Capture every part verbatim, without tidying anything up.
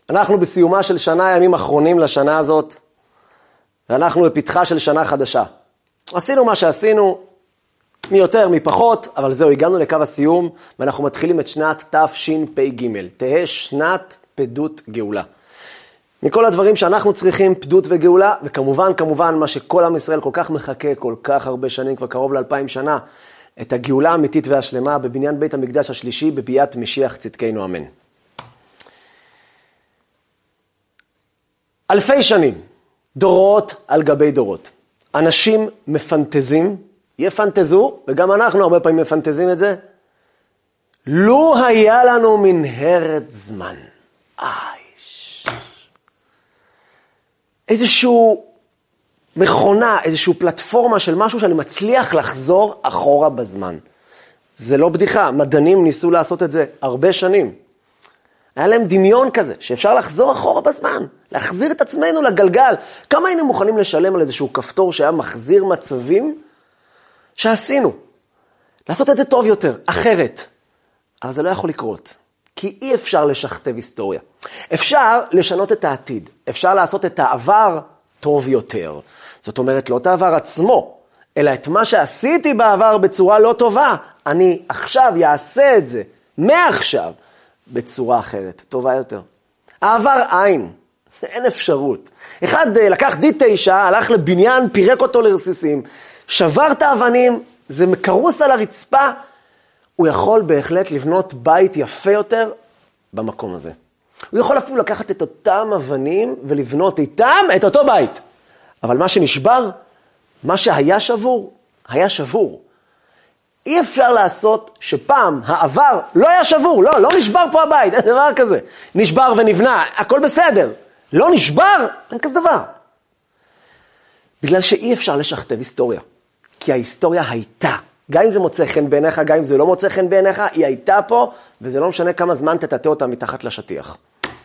אנחנו בסיומה של שנה ימים אחרונים לשנה הזאת, ואנחנו בפתחה של שנה חדשה. עשינו מה שעשינו, מי יותר, מי פחות, אבל זהו, הגענו לקו הסיום, ואנחנו מתחילים את שנת תשפ"ג, תהא שנת פדות גאולה. מכל הדברים שאנחנו צריכים, פדות וגאולה, וכמובן, כמובן, מה שכל עם ישראל כל כך מחכה, כל כך הרבה שנים, כבר קרוב לאלפיים שנה, את הגאולה האמיתית והשלמה בבניין בית המקדש השלישי, בביאת משיח צדקנו אמן. אלפי שנים, דורות על גבי דורות. אנשים מפנטזים, יפנטזו, וגם אנחנו הרבה פעמים מפנטזים את זה, לו היה לנו מנהרת זמן. איש. איזשהו מכונה, איזשהו פלטפורמה של משהו שאני מצליח לחזור אחורה בזמן. זה לא בדיחה, מדענים ניסו לעשות את זה הרבה שנים. היה להם דמיון כזה, שאפשר לחזור אחורה בזמן, להחזיר את עצמנו לגלגל. כמה היינו מוכנים לשלם על איזשהו כפתור שהיה מחזיר מצבים שעשינו? לעשות את זה טוב יותר, אחרת. אבל זה לא יכול לקרות, כי אי אפשר לשכתב היסטוריה. אפשר לשנות את העתיד, אפשר לעשות את העבר טוב יותר. זאת אומרת, לא את העבר עצמו, אלא את מה שעשיתי בעבר בצורה לא טובה. אני עכשיו יעשה את זה, מעכשיו, בצורה אחרת, טובה יותר. העבר אין, אין אפשרות. אחד לקח די תשע, הלך לבניין, פירק אותו לרסיסים, שבר את האבנים, זה מקרוס על הרצפה, הוא יכול בהחלט לבנות בית יפה יותר במקום הזה. הוא יכול אפילו לקחת את אותם אבנים ולבנות איתם את אותו בית. אבל מה שנשבר, מה שהיה שבור, היה שבור. אי אפשר לעשות שפעם העבר לא היה שבור, לא, לא נשבר פה הבית, אין דבר כזה. נשבר ונבנה, הכל בסדר. לא נשבר, אין כזה דבר. בגלל שאי אפשר לשכתב היסטוריה. כי ההיסטוריה הייתה. גם אם זה מוצא חן בעיניך, גם אם זה לא מוצא חן בעיניך, היא הייתה פה, וזה לא משנה כמה זמן תטאטא אותה מתחת לשטיח.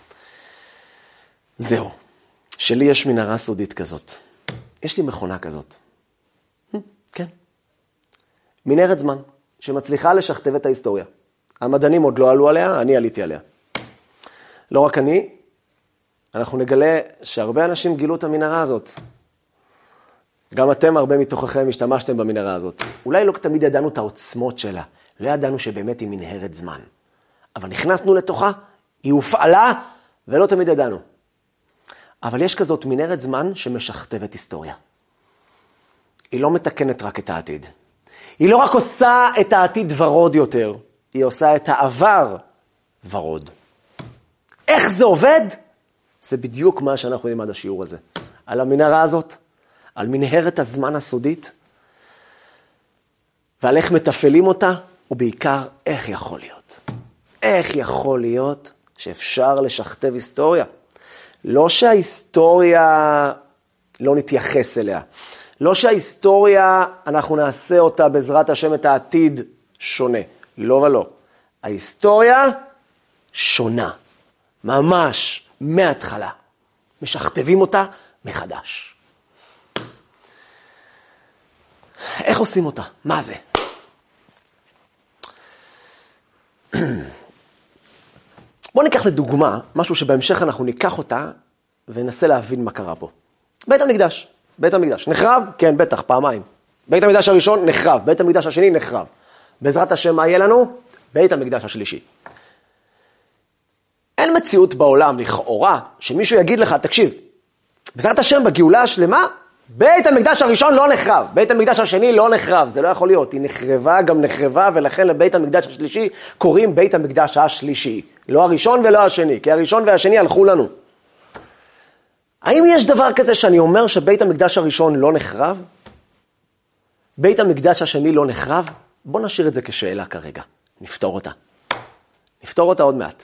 זהו. שלי יש מנהרה סודית כזאת. יש לי מכונה כזאת. כן. מנהרת זמן, שמצליחה לשכתב את ההיסטוריה. המדענים עוד לא עלו עליה, אני עליתי עליה. לא רק אני, אנחנו נגלה שהרבה אנשים גילו את המנהרה הזאת. גם אתם, הרבה מתוככם, השתמשתם במנהרה הזאת. אולי לא תמיד ידענו את העוצמות שלה, לא ידענו שבאמת היא מנהרת זמן. אבל נכנסנו לתוכה, היא הופעלה, ולא תמיד ידענו. אבל יש כזאת מנהרת זמן שמשכתבת היסטוריה. היא לא מתקנת רק את העתיד. היא לא רק עושה את העתיד ורוד יותר, היא עושה את העבר ורוד. איך זה עובד? זה בדיוק מה שאנחנו נלמד השיעור הזה. על המנהרה הזאת, על מנהרת הזמן הסודית, ועל איך מטפלים אותה, ובעיקר איך יכול להיות. איך יכול להיות שאפשר לשכתב היסטוריה? לא שההיסטוריה לא נתייחס אליה. לא שההיסטוריה, אנחנו נעשה אותה בעזרת השם את העתיד שונה. לא ולא. ההיסטוריה שונה. ממש מההתחלה. משכתבים אותה מחדש. איך עושים אותה? מה זה? בואו ניקח לדוגמה משהו שבהמשך אנחנו ניקח אותה וננסה להבין מה קרה פה. בית המקדש. בית המקדש. נחרב? כן, בטח, פעמיים. בית המקדש הראשון נחרב. בית המקדש השני נחרב. בעזרת השם מה יהיה לנו? בית המקדש השלישי. אין מציאות בעולם לכאורה שמישהו יגיד לך, תקשיב, בעזרת השם בגאולה השלמה, בית המקדש הראשון לא נחרב, בית המקדש השני לא נחרב, זה לא יכול להיות, היא נחרבה גם נחרבה, ולכן לבית המקדש השלישי קוראים בית המקדש השלישי, לא הראשון ולא השני, כי הראשון והשני הלכו לנו. האם יש דבר כזה שאני אומר שבית המקדש הראשון לא נחרב? בית המקדש השני לא נחרב? בוא נשאיר את זה כשאלה כרגע, נפתור אותה. נפתור אותה עוד מעט.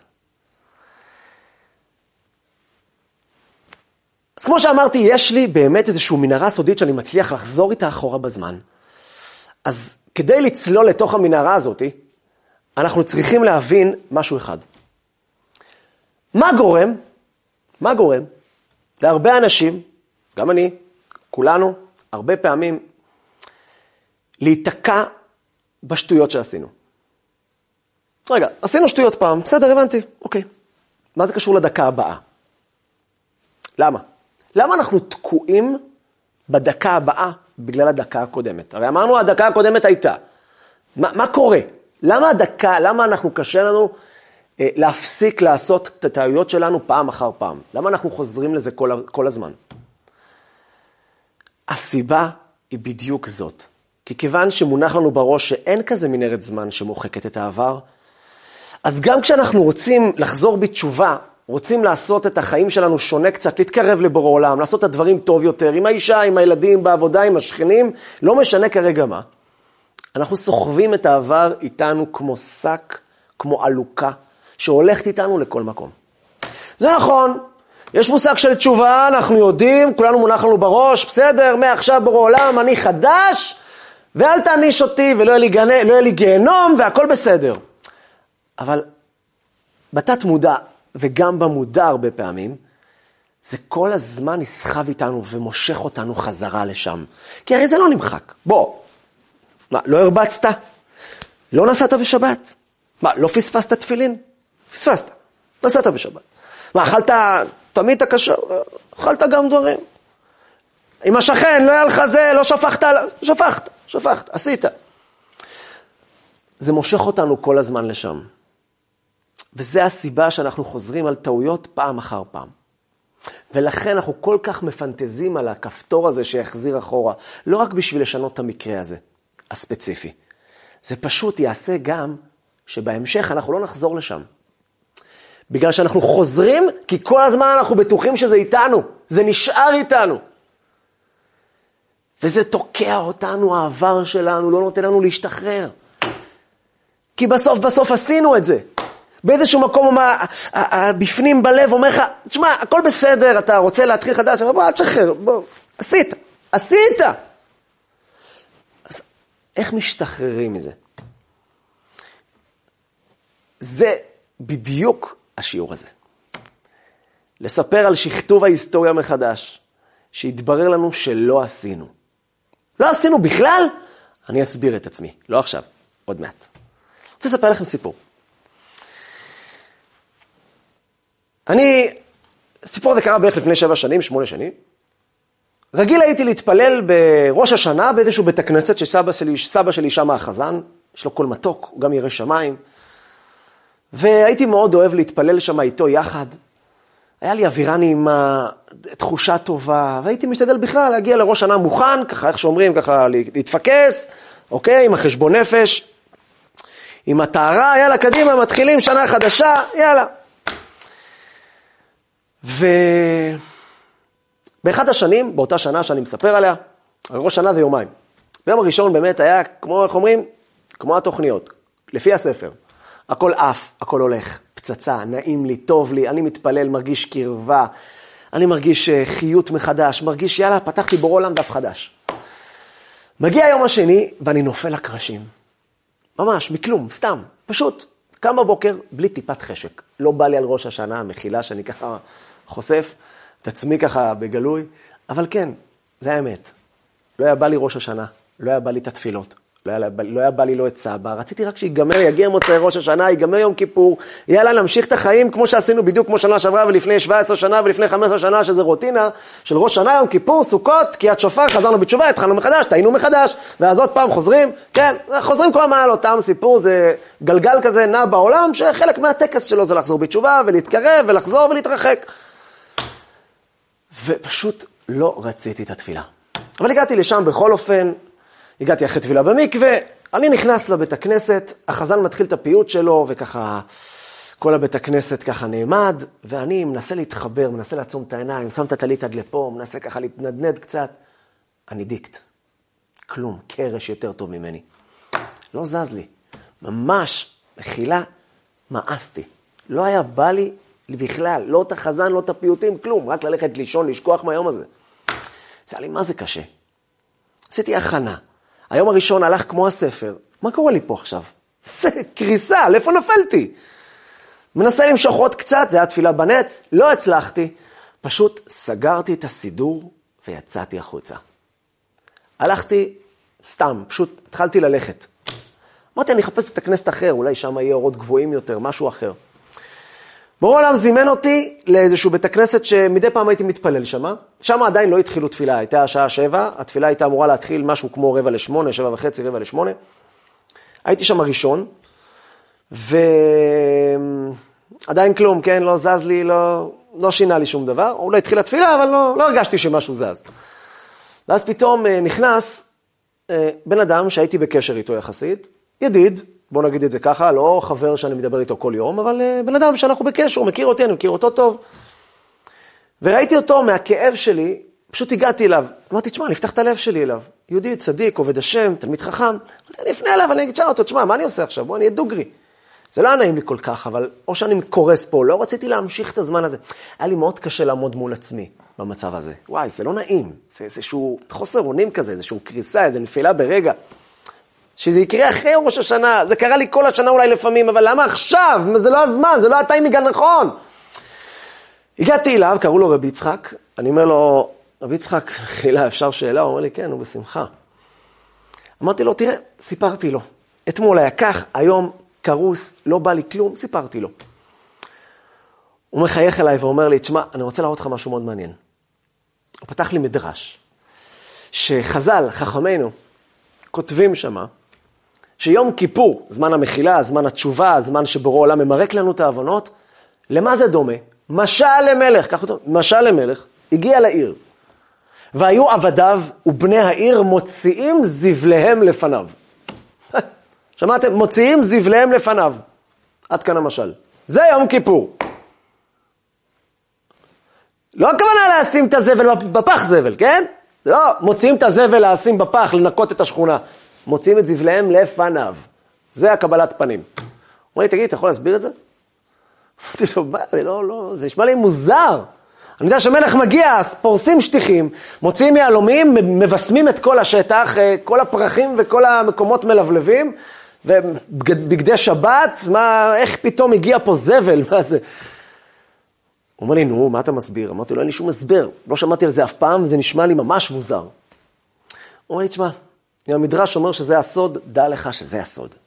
אז כמו שאמרתי, יש לי באמת איזושהי מנהרה סודית שאני מצליח לחזור איתה אחורה בזמן. אז כדי לצלול לתוך המנהרה הזאת, אנחנו צריכים להבין משהו אחד. מה גורם? מה גורם? להרבה אנשים, גם אני, כולנו, הרבה פעמים, להיתקע בשטויות שעשינו. רגע, עשינו שטויות פעם, בסדר, הבנתי, אוקיי. מה זה קשור לדקה הבאה? למה? למה אנחנו תקועים בדקה הבאה בגלל הדקה הקודמת? הרי אמרנו, הדקה הקודמת הייתה. מה, מה קורה? למה הדקה, למה אנחנו קשה לנו אה, להפסיק לעשות את הטעויות שלנו פעם אחר פעם? למה אנחנו חוזרים לזה כל, כל הזמן? הסיבה היא בדיוק זאת. כי כיוון שמונח לנו בראש שאין כזה מנהרת זמן שמוחקת את העבר, אז גם כשאנחנו רוצים לחזור בתשובה, רוצים לעשות את החיים שלנו שונה קצת, להתקרב לבורא עולם, לעשות את הדברים טוב יותר, עם האישה, עם הילדים, בעבודה, עם השכנים, לא משנה כרגע מה. אנחנו סוחבים את העבר איתנו כמו שק, כמו עלוקה, שהולכת איתנו לכל מקום. זה נכון, יש מושג של תשובה, אנחנו יודעים, כולנו מונח לנו בראש, בסדר, מעכשיו בורא עולם, אני חדש, ואל תעניש אותי, ולא יהיה לי, גנה, לא יהיה לי גיהנום, והכל בסדר. אבל בתת מודע, וגם במודע הרבה פעמים, זה כל הזמן נסחב איתנו ומושך אותנו חזרה לשם. כי הרי זה לא נמחק. בוא, מה, לא הרבצת? לא נסעת בשבת? מה, לא פספסת תפילין? פספסת, נסעת בשבת. מה, אכלת תמיד את הקשר? אכלת גם דברים. עם השכן, לא היה לך זה, לא שפכת, שפכת, שפכת, עשית. זה מושך אותנו כל הזמן לשם. וזה הסיבה שאנחנו חוזרים על טעויות פעם אחר פעם. ולכן אנחנו כל כך מפנטזים על הכפתור הזה שיחזיר אחורה, לא רק בשביל לשנות את המקרה הזה, הספציפי. זה פשוט יעשה גם שבהמשך אנחנו לא נחזור לשם. בגלל שאנחנו חוזרים, כי כל הזמן אנחנו בטוחים שזה איתנו, זה נשאר איתנו. וזה תוקע אותנו, העבר שלנו, לא נותן לנו להשתחרר. כי בסוף בסוף עשינו את זה. באיזשהו מקום, בפנים בלב, אומר לך, תשמע, הכל בסדר, אתה רוצה להתחיל חדש, אבל בוא, אל תשחרר, בוא, עשית, עשית. אז איך משתחררים מזה? זה בדיוק השיעור הזה. לספר על שכתוב ההיסטוריה מחדש, שהתברר לנו שלא עשינו. לא עשינו בכלל? אני אסביר את עצמי, לא עכשיו, עוד מעט. אני רוצה לספר לכם סיפור. אני, הסיפור הזה קרה בערך לפני שבע שנים, שמונה שנים. רגיל הייתי להתפלל בראש השנה באיזשהו בית הכנסת שסבא שלי, סבא שלי שם החזן, יש לו קול מתוק, הוא גם ירא שמיים. והייתי מאוד אוהב להתפלל שם איתו יחד. היה לי אווירה נעימה, תחושה טובה, והייתי משתדל בכלל להגיע לראש שנה מוכן, ככה איך שאומרים, ככה להתפקס, אוקיי, עם החשבון נפש, עם הטהרה, יאללה, קדימה, מתחילים שנה חדשה, יאללה. ובאחד השנים, באותה שנה שאני מספר עליה, ראש שנה זה יומיים. ביום הראשון באמת היה, כמו איך אומרים, כמו התוכניות, לפי הספר. הכל עף, הכל הולך, פצצה, נעים לי, טוב לי, אני מתפלל, מרגיש קרבה, אני מרגיש חיות מחדש, מרגיש, יאללה, פתחתי בורא עולם דף חדש. מגיע היום השני, ואני נופל לקרשים. ממש, מכלום, סתם, פשוט. קם בבוקר, בלי טיפת חשק. לא בא לי על ראש השנה, המחילה שאני ככה חושף את עצמי ככה בגלוי, אבל כן, זה האמת. לא היה בא לי ראש השנה, לא היה בא לי את התפילות. לא היה, לא היה בא לי לא את סבא, רציתי רק שיגמר, יגיע מוצאי ראש השנה, יגמר יום כיפור, יאללה, נמשיך את החיים כמו שעשינו בדיוק כמו שנה שעברה ולפני שבע עשרה שנה ולפני חמש עשרה שנה, שזה רוטינה של ראש שנה, יום כיפור, סוכות, קריאת שופר, חזרנו בתשובה, התחלנו מחדש, טעינו מחדש, ואז עוד פעם חוזרים, כן, חוזרים כל הזמן על אותם סיפור, זה גלגל כזה נע בעולם, שחלק מהטקס שלו זה לחזור בתשובה ולהתקרב ולחזור ולהתרחק. ופשוט לא רציתי את התפילה. אבל הגעתי לשם בכל אופן, הגעתי אחרי תפילה במקווה, אני נכנס לבית הכנסת, החזן מתחיל את הפיוט שלו, וככה כל הבית הכנסת ככה נעמד, ואני מנסה להתחבר, מנסה לעצום את העיניים, שם את הטלית עד לפה, מנסה ככה להתנדנד קצת. אני דיקט. כלום, קרש יותר טוב ממני. לא זז לי. ממש, מחילה, מאסתי. לא היה בא לי בכלל, לא את החזן, לא את הפיוטים, כלום, רק ללכת לישון, לשכוח מהיום הזה. זה היה לי מה זה קשה. עשיתי הכנה. היום הראשון הלך כמו הספר. מה קורה לי פה עכשיו? זה קריסה, לאיפה נפלתי? מנסה למשוך עוד קצת, זה היה תפילה בנץ, לא הצלחתי. פשוט סגרתי את הסידור ויצאתי החוצה. הלכתי סתם, פשוט התחלתי ללכת. אמרתי, אני אחפש את הכנסת אחר, אולי שם יהיה אורות גבוהים יותר, משהו אחר. בורא עולם זימן אותי לאיזשהו בית הכנסת שמדי פעם הייתי מתפלל שם. שם עדיין לא התחילו תפילה, הייתה השעה שבע, התפילה הייתה אמורה להתחיל משהו כמו רבע לשמונה, שבע וחצי, רבע לשמונה. הייתי שם ראשון, ועדיין כלום, כן, לא זז לי, לא, לא שינה לי שום דבר. אולי התחילה תפילה, אבל לא, לא הרגשתי שמשהו זז. ואז פתאום נכנס בן אדם שהייתי בקשר איתו יחסית, ידיד, בוא נגיד את זה ככה, לא חבר שאני מדבר איתו כל יום, אבל בן אדם שאנחנו בקשר, הוא מכיר אותי, אני מכיר אותו טוב. וראיתי אותו מהכאב שלי, פשוט הגעתי אליו. אמרתי, תשמע, אני אפתח את הלב שלי אליו. יהודי, צדיק, עובד השם, תלמיד חכם. אני אפנה אליו, אני אגיד, שאל אותו, תשמע, מה אני עושה עכשיו? בוא, אני אהיה דוגרי. זה לא היה נעים לי כל כך, אבל או שאני קורס פה, לא רציתי להמשיך את הזמן הזה. היה לי מאוד קשה לעמוד מול עצמי במצב הזה. וואי, זה לא נעים. זה איזשהו חוסר אונים כזה, איזשהו קריסה, איזו נפילה ברגע. שזה יקרה אחרי ראש השנה, זה קרה לי כל השנה אולי לפעמים, אבל למה עכשיו? זה לא הזמן, זה לא הטיימינג הנכון. הגעתי אליו, קראו לו רבי יצחק, אני אומר לו, רבי יצחק, חילה, אפשר שאלה? הוא אומר לי, כן, הוא בשמחה. אמרתי לו, תראה, סיפרתי לו. אתמול היה כך, היום קרוס, לא בא לי כלום, סיפרתי לו. הוא מחייך אליי ואומר לי, תשמע, אני רוצה להראות לך משהו מאוד מעניין. הוא פתח לי מדרש, שחז"ל, חכמינו, כותבים שמה, שיום כיפור, זמן המחילה, זמן התשובה, זמן שבורא עולם ממרק לנו את העוונות, למה זה דומה? משל למלך, כך אותו, משל למלך, הגיע לעיר, והיו עבדיו ובני העיר מוציאים זבליהם לפניו. שמעתם? מוציאים זבליהם לפניו. עד כאן המשל. זה יום כיפור. לא הכוונה לשים את הזבל בפח זבל, כן? לא, מוציאים את הזבל לשים בפח, לנקות את השכונה. מוציאים את זבליהם לפניו. זה הקבלת פנים. אומר לי, תגיד, אתה יכול להסביר את זה? אמרתי לו, זה לא, לא, זה נשמע לי מוזר. אני יודע שמלך מגיע, פורסים שטיחים, מוציאים יהלומים, מבשמים את כל השטח, כל הפרחים וכל המקומות מלבלבים, ובגדי שבת, מה, איך פתאום הגיע פה זבל, מה זה? הוא אומר לי, נו, מה אתה מסביר? אמרתי לו, אין לי שום הסבר, לא שמעתי על זה אף פעם, זה נשמע לי ממש מוזר. הוא אומר לי, תשמע, המדרש אומר שזה הסוד, דע לך שזה הסוד.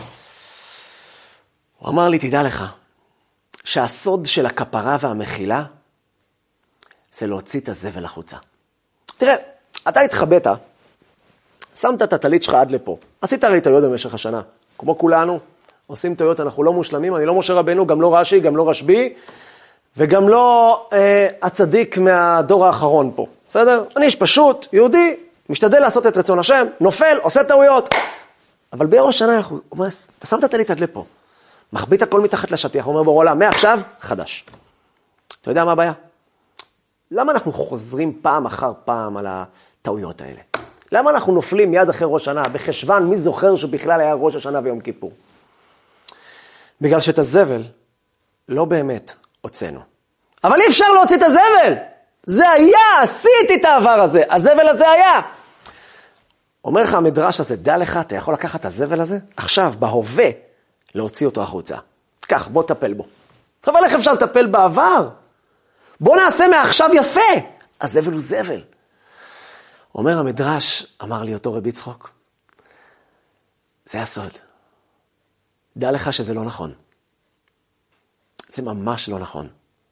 הוא אמר לי, תדע לך, שהסוד של הכפרה והמחילה, זה להוציא את הזבל החוצה. תראה, אתה התחבאת, שמת את הטלית שלך עד לפה, עשית הרי טעויות במשך השנה, כמו כולנו, עושים טעויות, אנחנו לא מושלמים, אני לא משה רבנו, גם לא רש"י, גם לא רשב"י, וגם לא אה, הצדיק מהדור האחרון פה, בסדר? אני איש פשוט, יהודי, משתדל לעשות את רצון השם, נופל, עושה טעויות, אבל בערב השנה, הוא אומר, אתה שמת את הטלית עד לפה, מחביא הכל מתחת לשטיח, הוא אומר בורא עולם, מעכשיו, חדש. אתה יודע מה הבעיה? למה אנחנו חוזרים פעם אחר פעם על הטעויות האלה? למה אנחנו נופלים מיד אחרי ראש השנה? בחשבן, מי זוכר שבכלל היה ראש השנה ויום כיפור? בגלל שאת הזבל לא באמת הוצאנו. אבל אי אפשר להוציא את הזבל. זה היה, עשיתי את העבר הזה. הזבל הזה היה. אומר לך המדרש הזה, דע לך, אתה יכול לקחת את הזבל הזה, עכשיו, בהווה, להוציא אותו החוצה. כך, בוא תטפל בו. אבל איך אפשר לטפל בעבר? בוא נעשה מעכשיו יפה. הזבל הוא זבל. אומר המדרש, אמר לי אותו רבי יצחוק, זה הסוד. דע לך שזה לא נכון. זה ממש לא נכון.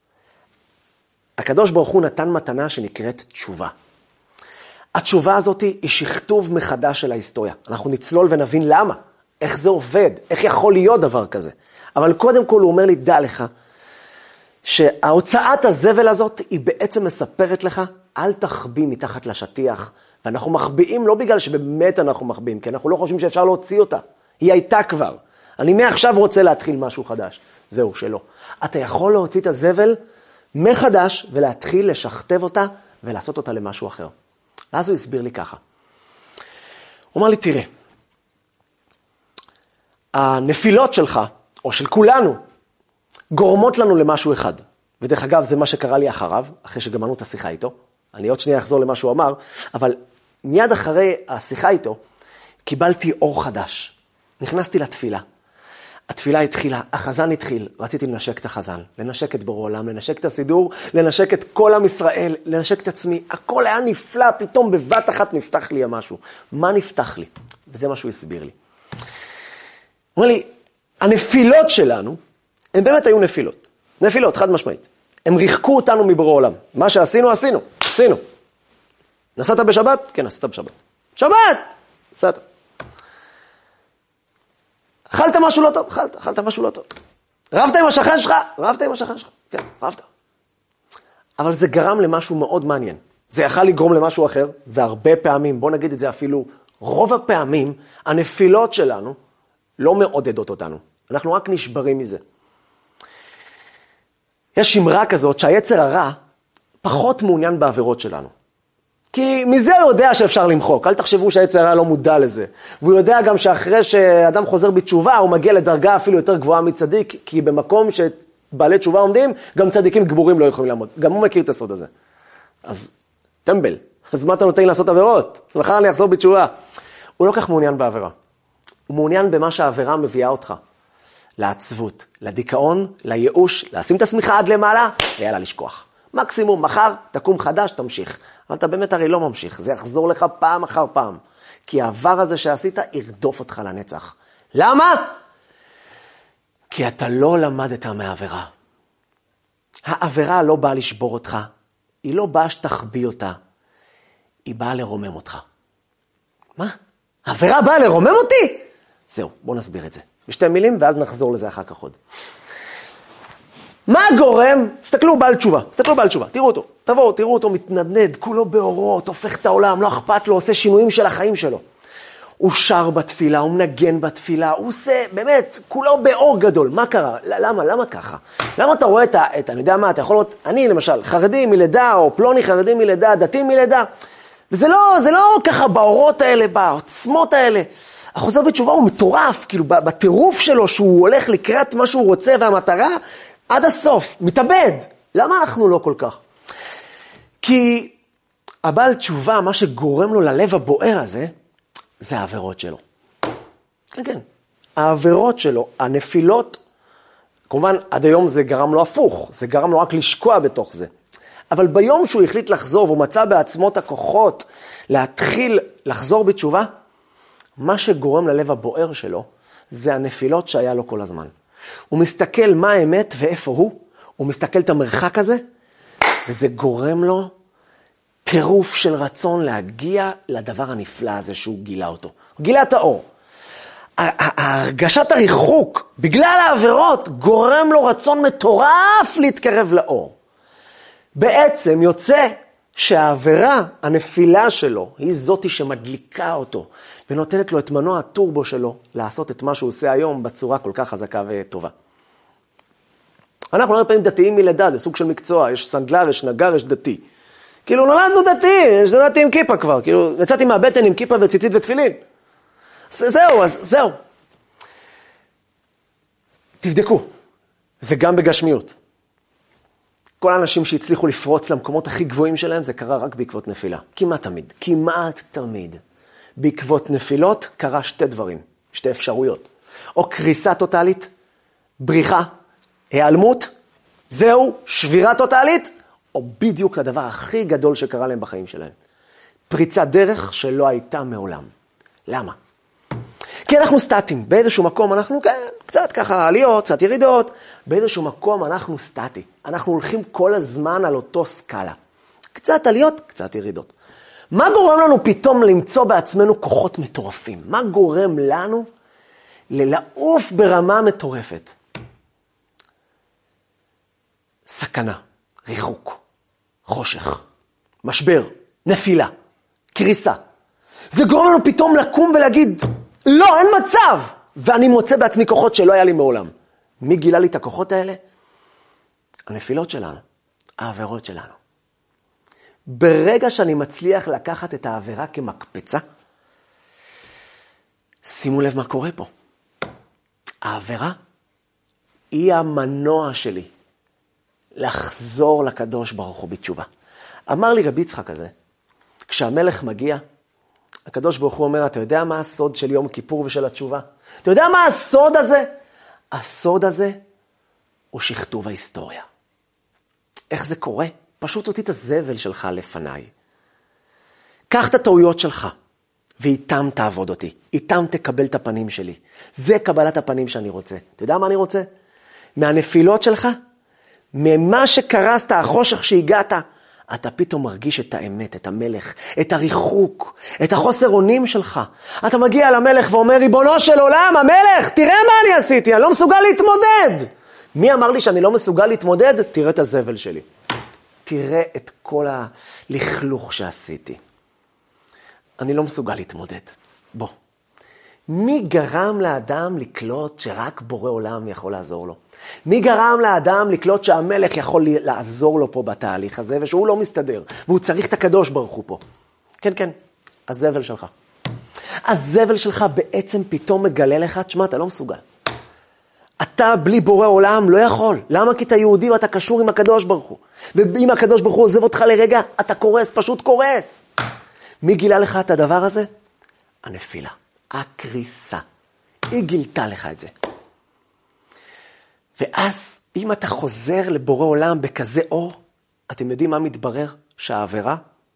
הקדוש ברוך הוא נתן מתנה שנקראת תשובה. התשובה הזאת היא שכתוב מחדש של ההיסטוריה. אנחנו נצלול ונבין למה, איך זה עובד, איך יכול להיות דבר כזה. אבל קודם כל הוא אומר לי, דע לך, שההוצאת הזבל הזאת היא בעצם מספרת לך, אל תחביא מתחת לשטיח, ואנחנו מחביאים לא בגלל שבאמת אנחנו מחביאים, כי אנחנו לא חושבים שאפשר להוציא אותה. היא הייתה כבר. אני מעכשיו רוצה להתחיל משהו חדש. זהו, שלא. אתה יכול להוציא את הזבל מחדש ולהתחיל לשכתב אותה ולעשות אותה למשהו אחר. ואז הוא הסביר לי ככה. הוא אמר לי, תראה, הנפילות שלך, או של כולנו, גורמות לנו למשהו אחד. ודרך אגב, זה מה שקרה לי אחריו, אחרי שגמרנו את השיחה איתו. אני עוד שנייה אחזור למה שהוא אמר, אבל מיד אחרי השיחה איתו, קיבלתי אור חדש. נכנסתי לתפילה. התפילה התחילה, החזן התחיל, רציתי לנשק את החזן, לנשק את בורא עולם, לנשק את הסידור, לנשק את כל עם ישראל, לנשק את עצמי. הכל היה נפלא, פתאום בבת אחת נפתח לי משהו. מה נפתח לי? וזה מה שהוא הסביר לי. הוא אומר לי, הנפילות שלנו, הן באמת היו נפילות. נפילות, חד משמעית. הם ריחקו אותנו מבורא עולם. מה שעשינו, עשינו. עשינו. נסעת בשבת? כן, נסעת בשבת. שבת! נסעת. אכלת משהו לא טוב? אכלת, אכלת משהו לא טוב. רבת עם השכן שלך? רבת עם השכן שלך. כן, רבת. אבל זה גרם למשהו מאוד מעניין. זה יכל לגרום למשהו אחר, והרבה פעמים, בוא נגיד את זה אפילו, רוב הפעמים, הנפילות שלנו לא מעודדות אותנו. אנחנו רק נשברים מזה. יש שמרה כזאת שהיצר הרע פחות מעוניין בעבירות שלנו. כי מזה הוא יודע שאפשר למחוק. אל תחשבו שהיצר הרע לא מודע לזה. והוא יודע גם שאחרי שאדם חוזר בתשובה, הוא מגיע לדרגה אפילו יותר גבוהה מצדיק, כי במקום שבעלי תשובה עומדים, גם צדיקים גבורים לא יכולים לעמוד. גם הוא מכיר את הסוד הזה. אז טמבל. אז מה אתה נותן לעשות עבירות? מחר אני אחזור בתשובה. הוא לא כך מעוניין בעבירה. הוא מעוניין במה שהעבירה מביאה אותך. לעצבות, לדיכאון, לייאוש, לשים את השמיכה עד למעלה, ויאללה לשכוח. מקסימום, מחר, תקום חדש, תמשיך. אבל אתה באמת הרי לא ממשיך, זה יחזור לך פעם אחר פעם. כי העבר הזה שעשית, ירדוף אותך לנצח. למה? כי אתה לא למדת מהעבירה. העבירה לא באה לשבור אותך, היא לא באה שתחביא אותה, היא באה לרומם אותך. מה? העבירה באה לרומם אותי? זהו, בוא נסביר את זה. בשתי מילים, ואז נחזור לזה אחר כך עוד. מה גורם? תסתכלו בעל תשובה, תסתכלו בעל תשובה, תראו אותו, תבואו, תראו אותו מתנדנד, כולו באורות, הופך את העולם, לא אכפת לו, עושה שינויים של החיים שלו. הוא שר בתפילה, הוא מנגן בתפילה, הוא עושה, באמת, כולו באור גדול. מה קרה? למה? למה ככה? למה אתה רואה את ה... את, אני יודע מה, אתה יכול להיות, אני למשל, חרדי מלידה, או פלוני חרדי מלידה, דתי מלידה, וזה לא, זה לא ככה באורות האלה, בעוצמות האלה. החוזר בתשובה הוא מטורף, כאילו בטירוף שלו, שהוא הולך לקראת מה שהוא רוצה, והמטרה עד הסוף, מתאבד. למה אנחנו לא כל כך? כי הבעל תשובה, מה שגורם לו ללב הבוער הזה, זה העבירות שלו. כן, כן. העבירות שלו, הנפילות, כמובן עד היום זה גרם לו הפוך, זה גרם לו רק לשקוע בתוך זה. אבל ביום שהוא החליט לחזור, והוא מצא בעצמו את הכוחות להתחיל לחזור בתשובה, מה שגורם ללב הבוער שלו, זה הנפילות שהיה לו כל הזמן. הוא מסתכל מה האמת ואיפה הוא, הוא מסתכל את המרחק הזה, וזה גורם לו טירוף של רצון להגיע לדבר הנפלא הזה שהוא גילה אותו. הוא גילה את האור. הרגשת הריחוק, בגלל העבירות, גורם לו רצון מטורף להתקרב לאור. בעצם יוצא שהעבירה, הנפילה שלו, היא זאתי שמדליקה אותו, ונותנת לו את מנוע הטורבו שלו לעשות את מה שהוא עושה היום בצורה כל כך חזקה וטובה. אנחנו לא פעמים דתיים מלידה, זה סוג של מקצוע, יש סנדלר, יש נגר, יש דתי. כאילו נולדנו דתי, יש דתי עם כיפה כבר, כאילו יצאתי מהבטן עם כיפה וציצית ותפילין. זהו, אז זהו. תבדקו, זה גם בגשמיות. כל האנשים שהצליחו לפרוץ למקומות הכי גבוהים שלהם, זה קרה רק בעקבות נפילה. כמעט תמיד, כמעט תמיד. בעקבות נפילות קרה שתי דברים, שתי אפשרויות. או קריסה טוטלית, בריחה, היעלמות, זהו, שבירה טוטלית, או בדיוק הדבר הכי גדול שקרה להם בחיים שלהם. פריצת דרך שלא הייתה מעולם. למה? כי אנחנו סטטים, באיזשהו מקום אנחנו כן, קצת ככה עליות, קצת ירידות, באיזשהו מקום אנחנו סטטי. אנחנו הולכים כל הזמן על אותו סקאלה. קצת עליות, קצת ירידות. מה גורם לנו פתאום למצוא בעצמנו כוחות מטורפים? מה גורם לנו ללעוף ברמה מטורפת? סכנה, ריחוק, חושך, משבר, נפילה, קריסה. זה גורם לנו פתאום לקום ולהגיד, לא, אין מצב. ואני מוצא בעצמי כוחות שלא היה לי מעולם. מי גילה לי את הכוחות האלה? הנפילות שלנו, העבירות שלנו. ברגע שאני מצליח לקחת את העבירה כמקפצה, שימו לב מה קורה פה. העבירה היא המנוע שלי לחזור לקדוש ברוך הוא בתשובה. אמר לי רבי יצחק הזה, כשהמלך מגיע, הקדוש ברוך הוא אומר, אתה יודע מה הסוד של יום כיפור ושל התשובה? אתה יודע מה הסוד הזה? הסוד הזה הוא שכתוב ההיסטוריה. איך זה קורה? פשוט אותי את הזבל שלך לפניי. קח את הטעויות שלך, ואיתם תעבוד אותי. איתם תקבל את הפנים שלי. זה קבלת הפנים שאני רוצה. אתה יודע מה אני רוצה? מהנפילות שלך, ממה שקרסת, החושך שהגעת, אתה פתאום מרגיש את האמת, את המלך, את הריחוק, את החוסר אונים שלך. אתה מגיע למלך ואומר, ריבונו של עולם, המלך, תראה מה אני עשיתי, אני לא מסוגל להתמודד. מי אמר לי שאני לא מסוגל להתמודד? תראה את הזבל שלי. תראה את כל הלכלוך שעשיתי. אני לא מסוגל להתמודד. בוא. מי גרם לאדם לקלוט שרק בורא עולם יכול לעזור לו? מי גרם לאדם לקלוט שהמלך יכול לעזור לו פה בתהליך הזה, ושהוא לא מסתדר, והוא צריך את הקדוש ברוך הוא פה? כן, כן, הזבל שלך. הזבל שלך בעצם פתאום מגלה לך, תשמע, אתה לא מסוגל. אתה בלי בורא עולם לא יכול. למה? כי אתה יהודי ואתה קשור עם הקדוש ברוך הוא. ואם הקדוש ברוך הוא עוזב אותך לרגע, אתה קורס, פשוט קורס. מי גילה לך את הדבר הזה? הנפילה, הקריסה. היא גילתה לך את זה. ואז, אם אתה חוזר לבורא עולם בכזה אור, אתם יודעים מה מתברר? שהעבירה?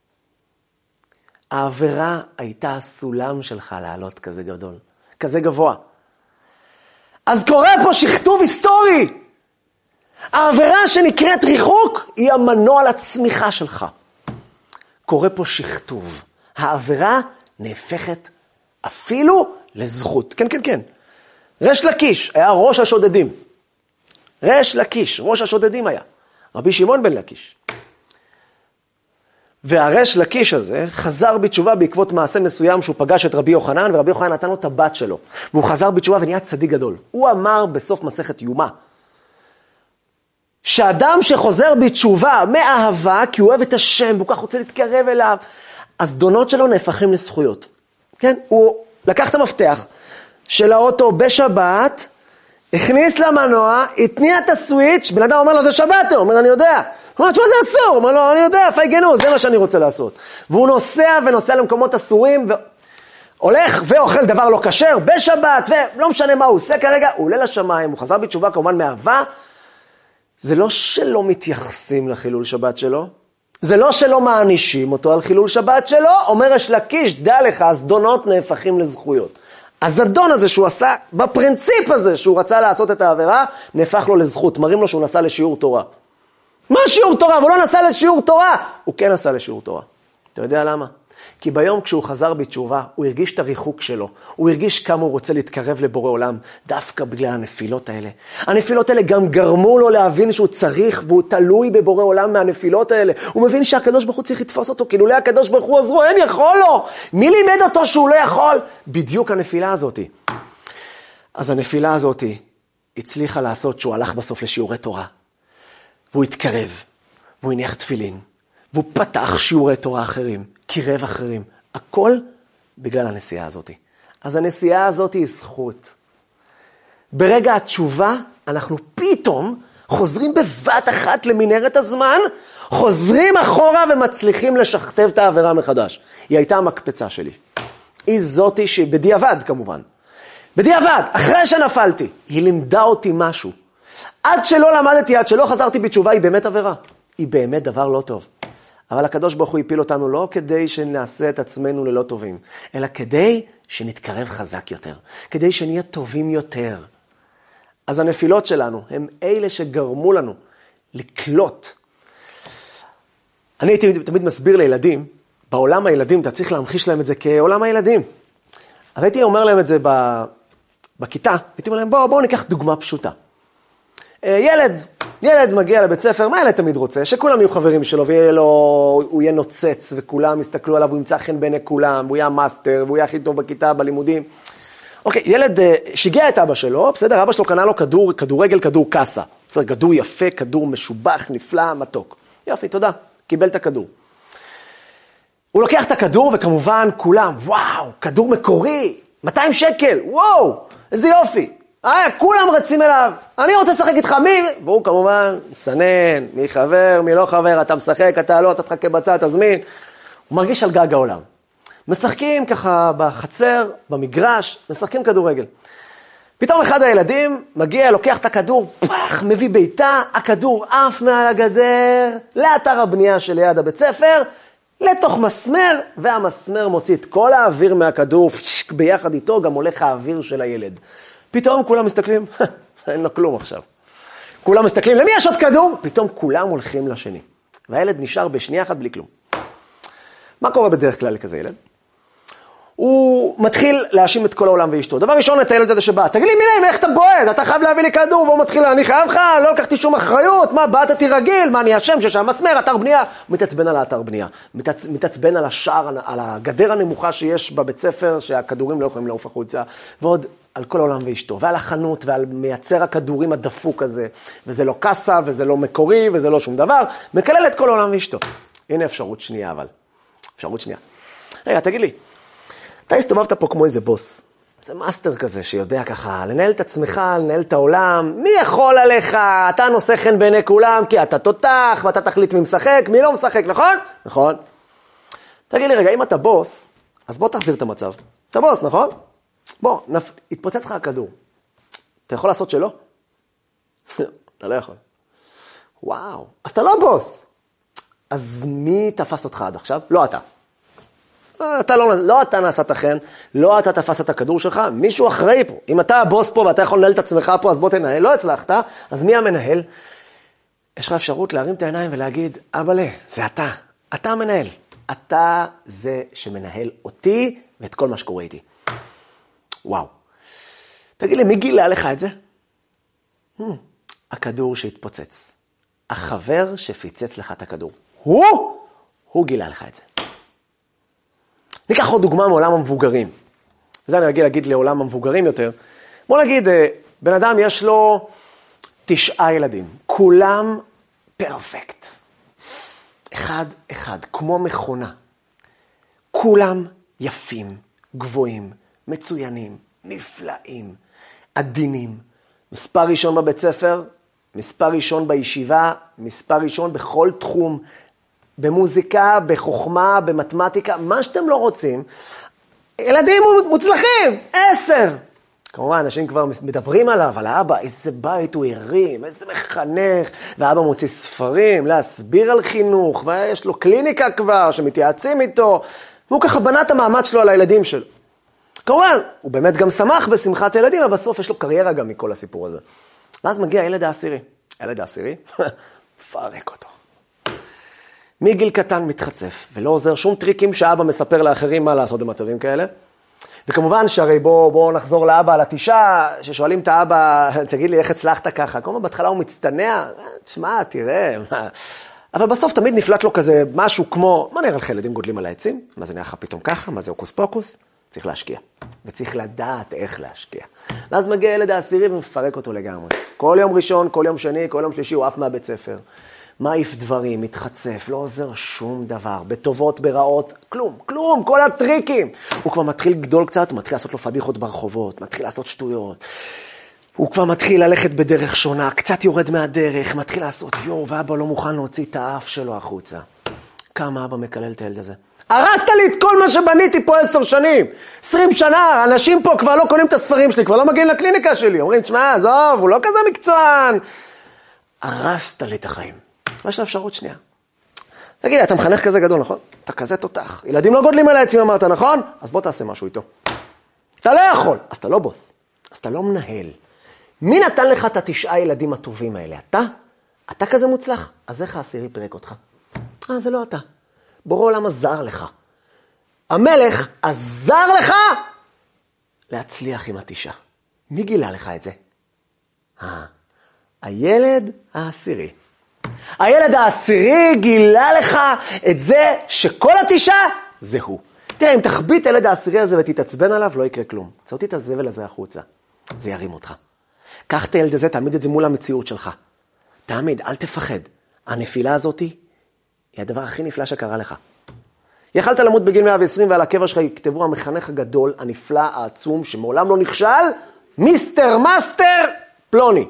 העבירה הייתה הסולם שלך לעלות כזה גדול, כזה גבוה. אז קורה פה שכתוב היסטורי. העבירה שנקראת ריחוק היא המנוע לצמיחה שלך. קורה פה שכתוב. העבירה נהפכת אפילו לזכות. כן, כן, כן. ריש לקיש היה ראש השודדים. ריש לקיש, ראש השודדים היה. רבי שמעון בן לקיש. והריש לקיש הזה חזר בתשובה בעקבות מעשה מסוים שהוא פגש את רבי יוחנן, ורבי יוחנן נתן לו את הבת שלו. והוא חזר בתשובה ונהיה צדיק גדול. הוא אמר בסוף מסכת יומא, שאדם שחוזר בתשובה מאהבה, כי הוא אוהב את השם, והוא כך רוצה להתקרב אליו, אז דונות שלו נהפכים לזכויות. כן? הוא לקח את המפתח של האוטו בשבת, הכניס למנוע, התניע את הסוויץ', בן אדם אומר לו, זה שבת, הוא אומר, אני יודע. הוא אומר, תשמע, זה אסור. הוא אומר לו, אני יודע, פייגנו, זה מה שאני רוצה לעשות. והוא נוסע ונוסע למקומות אסורים, והולך ואוכל דבר לא כשר, בשבת, ולא משנה מה הוא עושה כרגע, הוא עולה לשמיים, הוא חזר בתשובה כמובן מאהבה. זה לא שלא מתייחסים לחילול שבת שלו, זה לא שלא מענישים אותו על חילול שבת שלו, אומר ריש לקיש, דע לך, הזדונות נהפכים לזכויות. הזדון הזה שהוא עשה, בפרינציפ הזה שהוא רצה לעשות את העבירה, נהפך לו לזכות, מראים לו שהוא נסע לשיעור תורה. מה שיעור תורה? הוא לא נסע לשיעור תורה. הוא כן נסע לשיעור תורה. אתה יודע למה? כי ביום כשהוא חזר בתשובה, הוא הרגיש את הריחוק שלו. הוא הרגיש כמה הוא רוצה להתקרב לבורא עולם, דווקא בגלל הנפילות האלה. הנפילות האלה גם גרמו לו להבין שהוא צריך, והוא תלוי בבורא עולם מהנפילות האלה. הוא מבין שהקדוש ברוך הוא צריך לתפוס אותו, כאילו לא הקדוש ברוך הוא עזרו, אין יכול לו. מי לימד אותו שהוא לא יכול? בדיוק הנפילה הזאת. אז הנפילה הזאת הצליחה לעשות שהוא הלך בסוף לשיעורי תורה. והוא התקרב, והוא הניח תפילין, והוא פתח שיעורי תורה אחרים, קירב אחרים. הכל בגלל הנסיעה הזאת. אז הנסיעה הזאת היא זכות. ברגע התשובה, אנחנו פתאום חוזרים בבת אחת למנהרת הזמן, חוזרים אחורה ומצליחים לשכתב את העבירה מחדש. היא הייתה המקפצה שלי. היא זאתי שבדיעבד כמובן. בדיעבד, אחרי שנפלתי, היא לימדה אותי משהו. עד שלא למדתי, עד שלא חזרתי בתשובה, היא באמת עבירה. היא באמת דבר לא טוב. אבל הקדוש ברוך הוא הפיל אותנו לא כדי שנעשה את עצמנו ללא טובים, אלא כדי שנתקרב חזק יותר, כדי שנהיה טובים יותר. אז הנפילות שלנו הם אלה שגרמו לנו לקלוט. אני הייתי תמיד מסביר לילדים, בעולם הילדים, אתה צריך להמחיש להם את זה כעולם הילדים. אז הייתי אומר להם את זה בכיתה, הייתי אומר להם, בואו, בואו ניקח דוגמה פשוטה. ילד, ילד מגיע לבית ספר, מה ילד תמיד רוצה? שכולם יהיו חברים שלו, והוא יהיה נוצץ, וכולם יסתכלו עליו, הוא ימצא חן בעיני כולם, הוא יהיה מאסטר, והוא יהיה הכי טוב בכיתה, בלימודים. אוקיי, ילד שיגע את אבא שלו, בסדר, אבא שלו קנה לו כדור, כדורגל, כדור קסה. בסדר, כדור יפה, כדור משובח, נפלא, מתוק. יופי, תודה, קיבל את הכדור. הוא לוקח את הכדור, וכמובן כולם, וואו, כדור מקורי, מאתיים שקל, וואו, איזה יופי. אה, כולם רצים אליו, אני רוצה לשחק איתך, מי? והוא כמובן מסנן, מי חבר, מי לא חבר, אתה משחק, אתה לא, אתה תחכה בצד, תזמין. הוא מרגיש על גג העולם. משחקים ככה בחצר, במגרש, משחקים כדורגל. פתאום אחד הילדים מגיע, לוקח את הכדור, פח, מביא ביתה, הכדור עף מעל הגדר, לאתר הבנייה של ליד הבית ספר, לתוך מסמר, והמסמר מוציא את כל האוויר מהכדור, ביחד איתו גם הולך האוויר של הילד. פתאום כולם מסתכלים, אין לו כלום עכשיו. כולם מסתכלים, למי יש עוד כדור? פתאום כולם הולכים לשני. והילד נשאר בשנייה אחת בלי כלום. מה קורה בדרך כלל לכזה ילד? הוא מתחיל להאשים את כל העולם ואשתו. דבר ראשון, את הילד הזה שבא, תגיד לי מילים, איך אתה בועד? אתה חייב להביא לי כדור, והוא מתחיל, אני חייב לך, לא לקחתי שום אחריות, מה, באת אותי רגיל, מה, אני אשם ששם מסמר, אתר בנייה. הוא מתעצבן על האתר בנייה, מתעצ... מתעצבן על השער, על הגדר הנמוכה שיש בבית ספר, שהכדורים לא יכולים לעוף החוצה, ועוד על כל העולם ואשתו, ועל החנות, ועל מייצר הכדורים הדפוק הזה, וזה לא קסה, וזה לא מקורי, וזה לא שום דבר, מקלל את כל העולם ואשתו. הנה אפשרות שנייה, אבל. אפשרות שנייה. רגע, תגיד לי, אתה הסתובבת פה כמו איזה בוס, זה מאסטר כזה שיודע ככה, לנהל את עצמך, לנהל את העולם, מי יכול עליך? אתה נושא חן בעיני כולם, כי אתה תותח, ואתה תחליט מי משחק, מי לא משחק, נכון? נכון. תגיד לי רגע, אם אתה בוס, אז בוא תחזיר את המצב. אתה בוס, נכון? בוא, נפ... התפוצץ לך הכדור. אתה יכול לעשות שלא? אתה לא יכול. וואו, אז אתה לא בוס. אז מי תפס אותך עד עכשיו? לא אתה. אתה לא, לא אתה נסעת חן, לא אתה תפס את הכדור שלך, מישהו אחראי פה. אם אתה הבוס פה ואתה יכול לנהל את עצמך פה, אז בוא תנהל, לא הצלחת, אז מי המנהל? יש לך אפשרות להרים את העיניים ולהגיד, אבאלה, זה אתה, אתה המנהל. אתה זה שמנהל אותי ואת כל מה שקורה איתי. וואו. תגיד לי, מי גילה לך את זה? Hmm, הכדור שהתפוצץ. החבר שפיצץ לך את הכדור. הוא, הוא גילה לך את זה. ניקח עוד דוגמה מעולם המבוגרים. זה אני רגיל להגיד לעולם המבוגרים יותר. בוא נגיד, בן אדם יש לו תשעה ילדים. כולם פרפקט. אחד, אחד, כמו מכונה. כולם יפים, גבוהים, מצוינים, נפלאים, עדינים. מספר ראשון בבית ספר, מספר ראשון בישיבה, מספר ראשון בכל תחום, במוזיקה, בחוכמה, במתמטיקה, מה שאתם לא רוצים. ילדים מוצלחים, עשר. כמובן, אנשים כבר מדברים עליו, על האבא, איזה בית הוא הרים, איזה מחנך, והאבא מוציא ספרים, להסביר על חינוך, ויש לו קליניקה כבר, שמתייעצים איתו, והוא ככה בנה את המאמץ שלו על הילדים שלו. כמובן, הוא באמת גם שמח בשמחת הילדים, אבל בסוף יש לו קריירה גם מכל הסיפור הזה. ואז מגיע הילד העשירי. הילד העשירי, פרק אותו. מגיל קטן מתחצף, ולא עוזר שום טריקים שאבא מספר לאחרים מה לעשות במצבים כאלה. וכמובן שהרי בואו בוא נחזור לאבא על התשעה, ששואלים את האבא, תגיד לי איך הצלחת ככה? כל מה בהתחלה הוא מצטנע, תשמע, תראה. אבל בסוף תמיד נפלט לו כזה משהו כמו, מה נראה לך ילדים גודלים על העצים? מה זה נראה לך פתאום ככה? מה זה אוקוס פוקוס? צריך להשקיע, וצריך לדעת איך להשקיע. ואז מגיע ילד העשירי ומפרק אותו לגמרי. כל יום ראשון, כל יום שני, כל יום שלישי הוא עף מהבית ספר. מעיף דברים, מתחצף, לא עוזר שום דבר, בטובות, ברעות, כלום, כלום, כל הטריקים. הוא כבר מתחיל גדול קצת, הוא מתחיל לעשות לו פדיחות ברחובות, מתחיל לעשות שטויות. הוא כבר מתחיל ללכת בדרך שונה, קצת יורד מהדרך, מתחיל לעשות יו, ואבא לא מוכן להוציא את האף שלו החוצה. כמה אבא מקלל את הילד הזה? הרסת לי את כל מה שבניתי פה עשר שנים, עשרים שנה, אנשים פה כבר לא קונים את הספרים שלי, כבר לא מגיעים לקליניקה שלי, אומרים, תשמע, עזוב, הוא לא כזה מקצוען. הרסת לי את החיים. יש לה אפשרות שנייה. תגיד לי, אתה מחנך כזה גדול, נכון? אתה כזה תותח. ילדים לא גודלים על העצים, אמרת, נכון? אז בוא תעשה משהו איתו. אתה לא יכול, אז אתה לא בוס, אז אתה לא מנהל. מי נתן לך את התשעה ילדים הטובים האלה? אתה? אתה כזה מוצלח? אז איך העשירי פרק אותך? אה, זה לא אתה. בורא עולם עזר לך. המלך עזר לך להצליח עם התשעה. מי גילה לך את זה? אה, הילד העשירי. הילד העשירי גילה לך את זה שכל התשעה זה הוא. תראה, אם תחביא את הילד העשירי הזה ותתעצבן עליו, לא יקרה כלום. צאותי את הזבל הזה החוצה. זה ירים אותך. קח את הילד הזה, תעמיד את זה מול המציאות שלך. תעמיד, אל תפחד. הנפילה הזאת היא הדבר הכי נפלא שקרה לך. יכלת למות בגיל מאה ועשרים ועל הקבר שלך יכתבו המחנך הגדול, הנפלא, העצום, שמעולם לא נכשל, מיסטר מאסטר פלוני.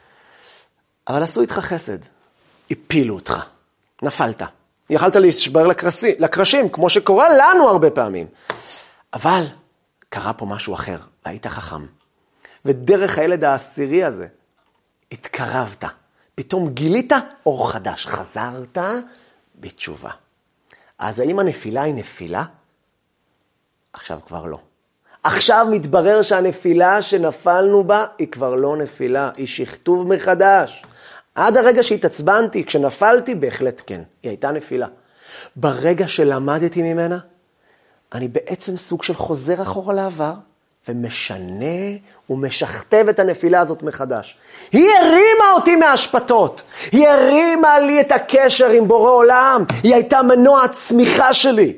אבל עשו איתך חסד. הפילו אותך. נפלת. יכלת להשבר לקרסי, לקרשים, כמו שקורה לנו הרבה פעמים. אבל קרה פה משהו אחר, והיית חכם. ודרך הילד העשירי הזה, התקרבת. פתאום גילית אור חדש. חזרת בתשובה. אז האם הנפילה היא נפילה? עכשיו כבר לא. עכשיו מתברר שהנפילה שנפלנו בה היא כבר לא נפילה, היא שכתוב מחדש. עד הרגע שהתעצבנתי, כשנפלתי, בהחלט כן. היא הייתה נפילה. ברגע שלמדתי ממנה, אני בעצם סוג של חוזר אחורה לעבר, ומשנה ומשכתב את הנפילה הזאת מחדש. היא הרימה אותי מהשפטות. היא הרימה לי את הקשר עם בורא עולם. היא הייתה מנוע הצמיחה שלי.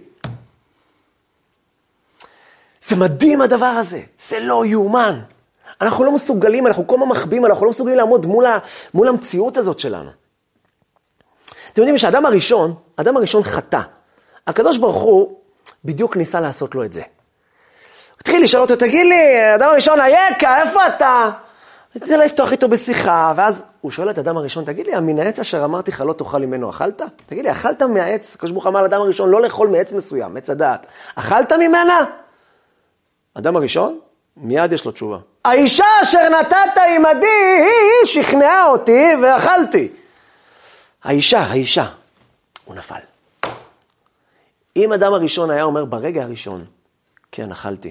זה מדהים הדבר הזה. זה לא יאומן. אנחנו לא מסוגלים, אנחנו כל מה מחביאים, אנחנו לא מסוגלים לעמוד מול, ה, מול המציאות הזאת שלנו. אתם יודעים שהאדם הראשון, האדם הראשון חטא. הקדוש ברוך הוא בדיוק ניסה לעשות לו את זה. התחיל לשאול אותו, תגיד לי, האדם הראשון, איקה, איפה אתה? זה לא לפתוח איתו בשיחה, ואז הוא שואל את האדם הראשון, תגיד לי, מן העץ אשר אמרתי לך לא תאכל ממנו, אכלת? תגיד לי, אכלת מהעץ? הקדוש ברוך הוא אמר לאדם הראשון, לא לאכול מעץ מסוים, עץ הדעת. אכלת ממנה? האדם הראשון, מיד יש לו תשובה. האישה אשר נתת עמדי, היא שכנעה אותי ואכלתי. האישה, האישה, הוא נפל. אם אדם הראשון היה אומר ברגע הראשון, כן, אכלתי,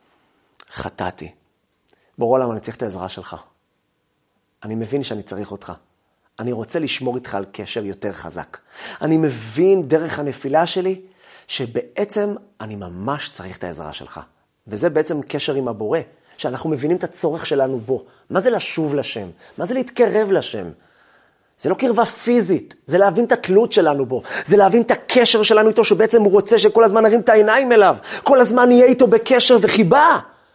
חטאתי, בורא עולם, אני צריך את העזרה שלך. אני מבין שאני צריך אותך. אני רוצה לשמור איתך על קשר יותר חזק. אני מבין דרך הנפילה שלי, שבעצם אני ממש צריך את העזרה שלך. וזה בעצם קשר עם הבורא, שאנחנו מבינים את הצורך שלנו בו. מה זה לשוב לשם? מה זה להתקרב לשם? זה לא קרבה פיזית, זה להבין את התלות שלנו בו. זה להבין את הקשר שלנו איתו, שבעצם הוא רוצה שכל הזמן נרים את העיניים אליו. כל הזמן נהיה איתו בקשר וחיבה.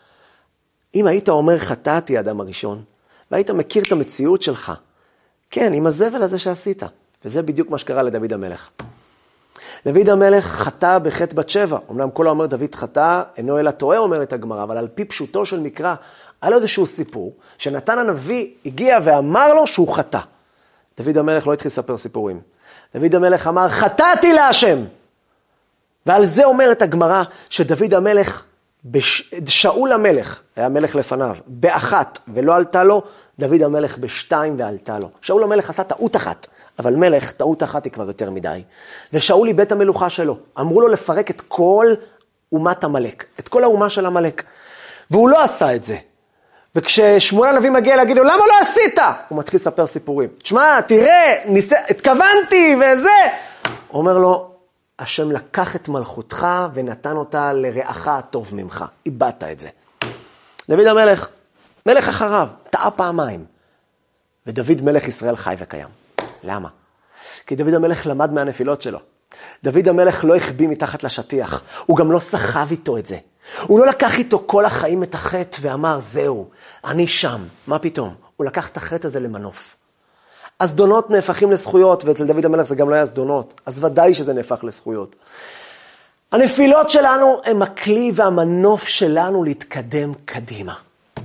אם היית אומר חטאתי האדם הראשון, והיית מכיר את המציאות שלך, כן, עם הזבל הזה שעשית. וזה בדיוק מה שקרה לדוד המלך. דוד המלך חטא בחטא בת שבע. אמנם כל האומר דוד חטא, אינו אלא טועה, אומרת הגמרא, אבל על פי פשוטו של מקרא, היה לו איזשהו סיפור, שנתן הנביא הגיע ואמר לו שהוא חטא. דוד המלך לא התחיל לספר סיפורים. דוד המלך אמר, חטאתי להשם. ועל זה אומרת הגמרא, שדוד המלך, בש... שאול המלך, היה מלך לפניו, באחת ולא עלתה לו, דוד המלך בשתיים ועלתה לו. שאול המלך עשה טעות אחת. אבל מלך, טעות אחת היא כבר יותר מדי. ושאול היא בית המלוכה שלו. אמרו לו לפרק את כל אומת המלך, את כל האומה של המלך. והוא לא עשה את זה. וכששמואל הנביא מגיע להגיד לו, למה לא עשית? הוא מתחיל לספר סיפורים. תשמע, תראה, ניס... התכוונתי וזה. הוא אומר לו, השם לקח את מלכותך ונתן אותה לרעך הטוב ממך. איבדת את זה. דוד המלך, מלך אחריו, טעה פעמיים. ודוד מלך ישראל חי וקיים. למה? כי דוד המלך למד מהנפילות שלו. דוד המלך לא החביא מתחת לשטיח. הוא גם לא סחב איתו את זה. הוא לא לקח איתו כל החיים את החטא ואמר, זהו, אני שם. מה פתאום? הוא לקח את החטא הזה למנוף. הזדונות נהפכים לזכויות, ואצל דוד המלך זה גם לא היה זדונות. אז ודאי שזה נהפך לזכויות. הנפילות שלנו הם הכלי והמנוף שלנו להתקדם קדימה.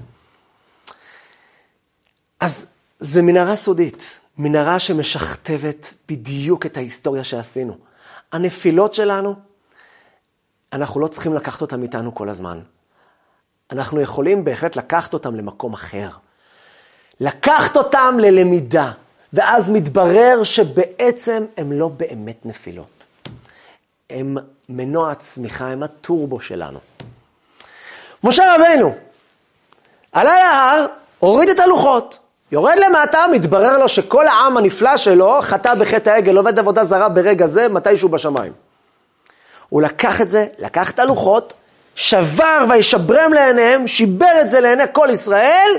אז זה מנהרה סודית. מנהרה שמשכתבת בדיוק את ההיסטוריה שעשינו. הנפילות שלנו, אנחנו לא צריכים לקחת אותם איתנו כל הזמן. אנחנו יכולים בהחלט לקחת אותם למקום אחר. לקחת אותם ללמידה, ואז מתברר שבעצם הם לא באמת נפילות. הם מנוע הצמיחה, הם הטורבו שלנו. משה רבנו, עלה להר, הוריד את הלוחות. יורד למטה, מתברר לו שכל העם הנפלא שלו חטא בחטא העגל, עובד עבודה זרה ברגע זה, מתישהו בשמיים. הוא לקח את זה, לקח את הלוחות, שבר וישברם לעיניהם, שיבר את זה לעיני כל ישראל,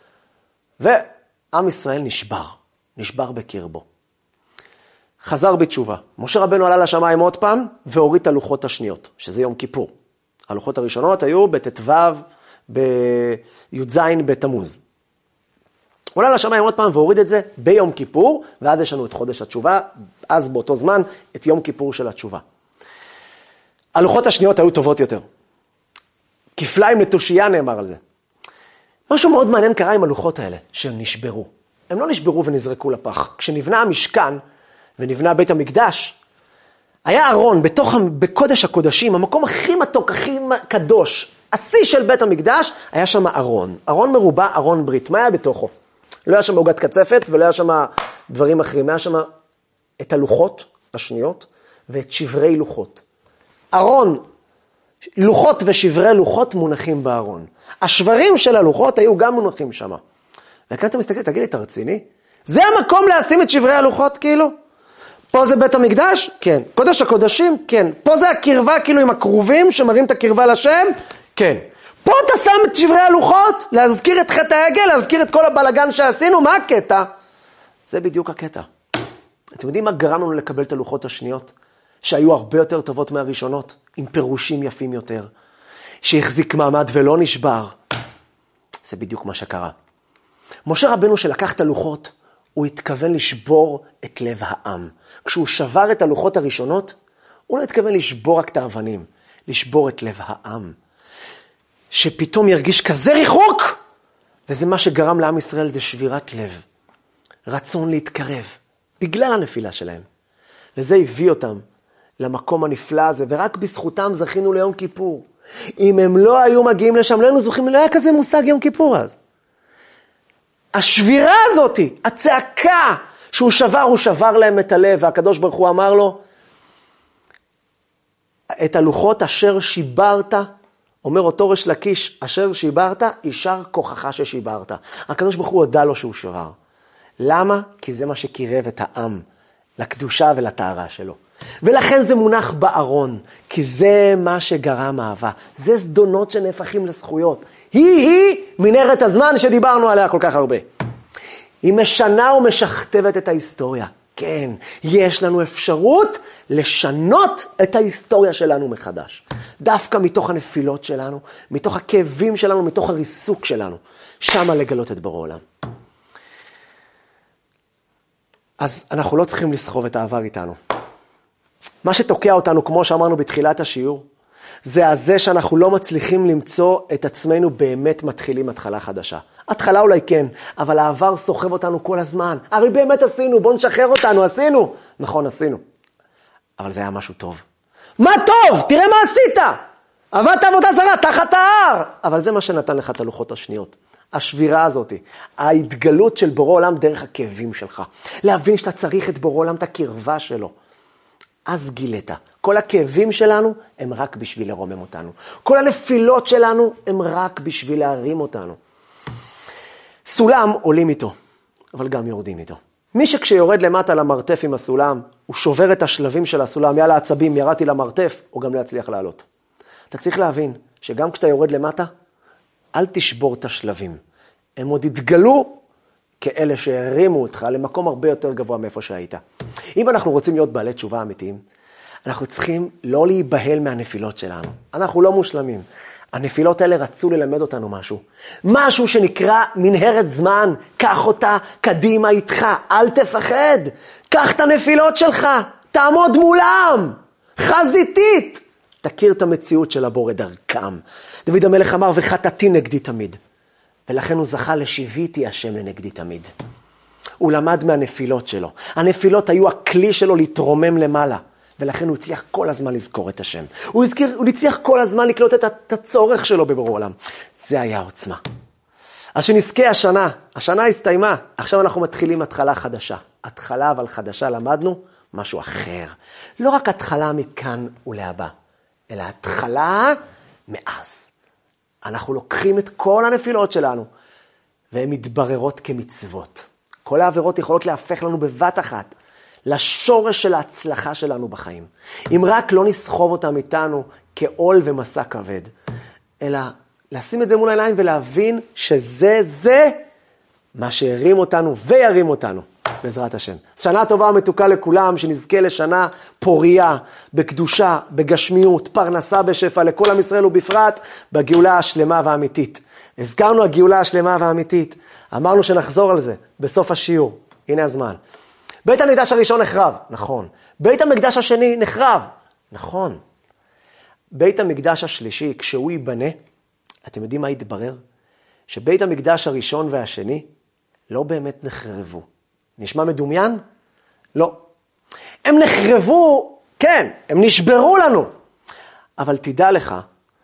ועם ישראל נשבר, נשבר בקרבו. חזר בתשובה. משה רבנו עלה לשמיים עוד פעם, והוריד את הלוחות השניות, שזה יום כיפור. הלוחות הראשונות היו בתתוו, בי"ז בתמוז. הוא עלה לשמיים עוד פעם והוריד את זה ביום כיפור, ואז יש לנו את חודש התשובה, אז באותו זמן את יום כיפור של התשובה. הלוחות השניות היו טובות יותר. כפליים לתושייה נאמר על זה. משהו מאוד מעניין קרה עם הלוחות האלה, שהם נשברו. הם לא נשברו ונזרקו לפח. כשנבנה המשכן ונבנה בית המקדש, היה ארון בתוך, בקודש הקודשים, המקום הכי מתוק, הכי קדוש, השיא של בית המקדש, היה שם ארון. ארון מרובע, ארון ברית. מה היה בתוכו? לא היה שם עוגת קצפת ולא היה שם דברים אחרים. היה שם את הלוחות השניות ואת שברי לוחות. ארון, לוחות ושברי לוחות מונחים בארון. השברים של הלוחות היו גם מונחים שם. וכאן אתה מסתכל, תגיד לי, אתה רציני? זה המקום לשים את שברי הלוחות כאילו? פה זה בית המקדש? כן. קודש הקודשים? כן. פה זה הקרבה כאילו עם הקרובים שמראים את הקרבה לשם? כן. פה אתה שם את שברי הלוחות, להזכיר את חטא העגל, להזכיר את כל הבלגן שעשינו, מה הקטע? זה בדיוק הקטע. אתם יודעים מה גרם לנו לקבל את הלוחות השניות? שהיו הרבה יותר טובות מהראשונות, עם פירושים יפים יותר, שהחזיק מעמד ולא נשבר. זה בדיוק מה שקרה. משה רבנו שלקח את הלוחות, הוא התכוון לשבור את לב העם. כשהוא שבר את הלוחות הראשונות, הוא לא התכוון לשבור רק את האבנים, לשבור את לב העם. שפתאום ירגיש כזה ריחוק, וזה מה שגרם לעם ישראל, זה שבירת לב. רצון להתקרב, בגלל הנפילה שלהם. וזה הביא אותם למקום הנפלא הזה, ורק בזכותם זכינו ליום כיפור. אם הם לא היו מגיעים לשם, לא היינו זוכים, לא היה כזה מושג יום כיפור אז. השבירה הזאת, הצעקה שהוא שבר, הוא שבר להם את הלב, והקדוש ברוך הוא אמר לו, את הלוחות אשר שיברת, אומר אותו ריש לקיש, אשר שיברת, יישר כוחך ששיברת. הקדוש ברוך הוא הודע לו שהוא שבר. למה? כי זה מה שקירב את העם, לקדושה ולטהרה שלו. ולכן זה מונח בארון, כי זה מה שגרם אהבה. זה זדונות שנהפכים לזכויות. היא-היא מנהרת הזמן שדיברנו עליה כל כך הרבה. היא משנה ומשכתבת את ההיסטוריה. כן, יש לנו אפשרות לשנות את ההיסטוריה שלנו מחדש. דווקא מתוך הנפילות שלנו, מתוך הכאבים שלנו, מתוך הריסוק שלנו. שמה לגלות את בורא עולם. אז אנחנו לא צריכים לסחוב את העבר איתנו. מה שתוקע אותנו, כמו שאמרנו בתחילת השיעור, זה הזה שאנחנו לא מצליחים למצוא את עצמנו באמת מתחילים התחלה חדשה. התחלה אולי כן, אבל העבר סוחב אותנו כל הזמן. הרי באמת עשינו, בוא נשחרר אותנו, עשינו. נכון, עשינו. אבל זה היה משהו טוב. מה טוב? תראה מה עשית. עבדת עבודה זרה, תחת ההר. אבל זה מה שנתן לך את הלוחות השניות. השבירה הזאת, ההתגלות של בורא עולם דרך הכאבים שלך. להבין שאתה צריך את בורא עולם, את הקרבה שלו. אז גילית. כל הכאבים שלנו הם רק בשביל לרומם אותנו. כל הנפילות שלנו הם רק בשביל להרים אותנו. סולם עולים איתו, אבל גם יורדים איתו. מי שכשיורד למטה למרתף עם הסולם, הוא שובר את השלבים של הסולם, יאללה עצבים, ירדתי למרתף, הוא גם לא יצליח לעלות. אתה צריך להבין שגם כשאתה יורד למטה, אל תשבור את השלבים. הם עוד יתגלו כאלה שהרימו אותך למקום הרבה יותר גבוה מאיפה שהיית. אם אנחנו רוצים להיות בעלי תשובה אמיתיים, אנחנו צריכים לא להיבהל מהנפילות שלנו. אנחנו לא מושלמים. הנפילות האלה רצו ללמד אותנו משהו. משהו שנקרא מנהרת זמן. קח אותה קדימה איתך. אל תפחד. קח את הנפילות שלך. תעמוד מולם. חזיתית. תכיר את המציאות של הבורא דרכם. דוד המלך אמר, וחטאתי נגדי תמיד. ולכן הוא זכה לשיביתי השם לנגדי תמיד. הוא למד מהנפילות שלו. הנפילות היו הכלי שלו להתרומם למעלה. ולכן הוא הצליח כל הזמן לזכור את השם. הוא, הזכיר, הוא הצליח כל הזמן לקלוט את, את הצורך שלו בבורא עולם. זה היה עוצמה. אז שנזכה השנה, השנה הסתיימה, עכשיו אנחנו מתחילים התחלה חדשה. התחלה אבל חדשה למדנו משהו אחר. לא רק התחלה מכאן ולהבא, אלא התחלה מאז. אנחנו לוקחים את כל הנפילות שלנו, והן מתבררות כמצוות. כל העבירות יכולות להפך לנו בבת אחת, לשורש של ההצלחה שלנו בחיים. אם רק לא נסחוב אותם איתנו כעול ומסע כבד, אלא לשים את זה מול העיניים ולהבין שזה זה מה שהרים אותנו וירים אותנו, בעזרת השם. שנה טובה ומתוקה לכולם, שנזכה לשנה פוריה, בקדושה, בגשמיות, פרנסה בשפע, לכל עם ישראל ובפרט בגאולה השלמה והאמיתית. הזכרנו הגאולה השלמה והאמיתית, אמרנו שנחזור על זה בסוף השיעור, הנה הזמן. בית המקדש הראשון נחרב, נכון. בית המקדש השני נחרב, נכון. בית המקדש השלישי, כשהוא ייבנה, אתם יודעים מה יתברר? שבית המקדש הראשון והשני לא באמת נחרבו. נשמע מדומיין? לא. הם נחרבו, כן, הם נשברו לנו. אבל תדע לך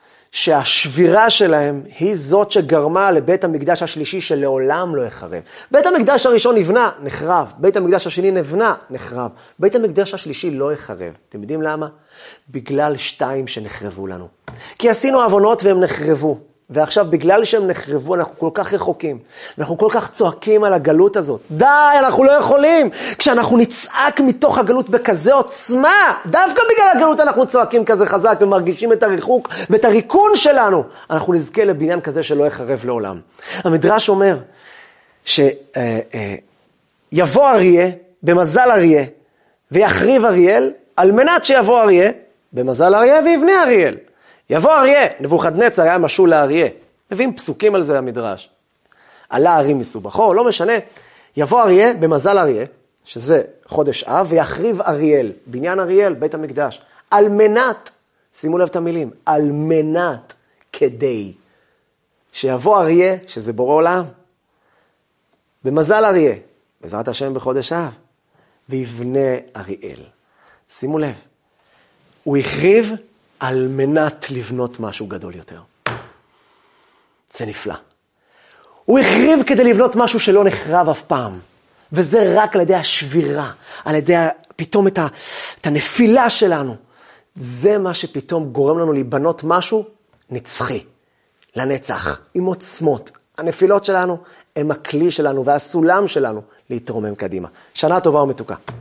שהשבירה שלהם היא זאת שגרמה לבית המקדש השלישי שלעולם לא יחרב. בית המקדש הראשון נבנה, נחרב. בית המקדש השני נבנה, נחרב. בית המקדש השלישי לא יחרב. אתם יודעים למה? בגלל שתיים שנחרבו לנו. כי עשינו עוונות והם נחרבו. ועכשיו בגלל שהם נחרבו, אנחנו כל כך רחוקים, ואנחנו כל כך צועקים על הגלות הזאת. די, אנחנו לא יכולים. כשאנחנו נצעק מתוך הגלות בכזה עוצמה, דווקא בגלל הגלות אנחנו צועקים כזה חזק, ומרגישים את הריחוק ואת הריקון שלנו. אנחנו נזכה לבניין כזה שלא יחרב לעולם. המדרש אומר, שיבוא אריה, במזל אריה, ויחריב אריאל, על מנת שיבוא אריה, במזל אריה, ויבנה אריאל. יבוא אריה, נבוכדנצר היה משול לאריה. מביאים פסוקים על זה המדרש. עלה ארי מסובכו, לא משנה. יבוא אריה, במזל אריה, שזה חודש אב, ויחריב אריאל, בניין אריאל, בית המקדש. על מנת, שימו לב את המילים, על מנת, כדי, שיבוא אריה, שזה בורא עולם, במזל אריה, בעזרת השם בחודש אב, ויבנה אריאל. שימו לב, הוא החריב על מנת לבנות משהו גדול יותר. זה נפלא. הוא החריב כדי לבנות משהו שלא נחרב אף פעם. וזה רק על ידי השבירה, על ידי פתאום את, ה, את הנפילה שלנו. זה מה שפתאום גורם לנו להיבנות משהו נצחי, לנצח, עם עוצמות. הנפילות שלנו הם הכלי שלנו והסולם שלנו להתרומם קדימה. שנה טובה ומתוקה.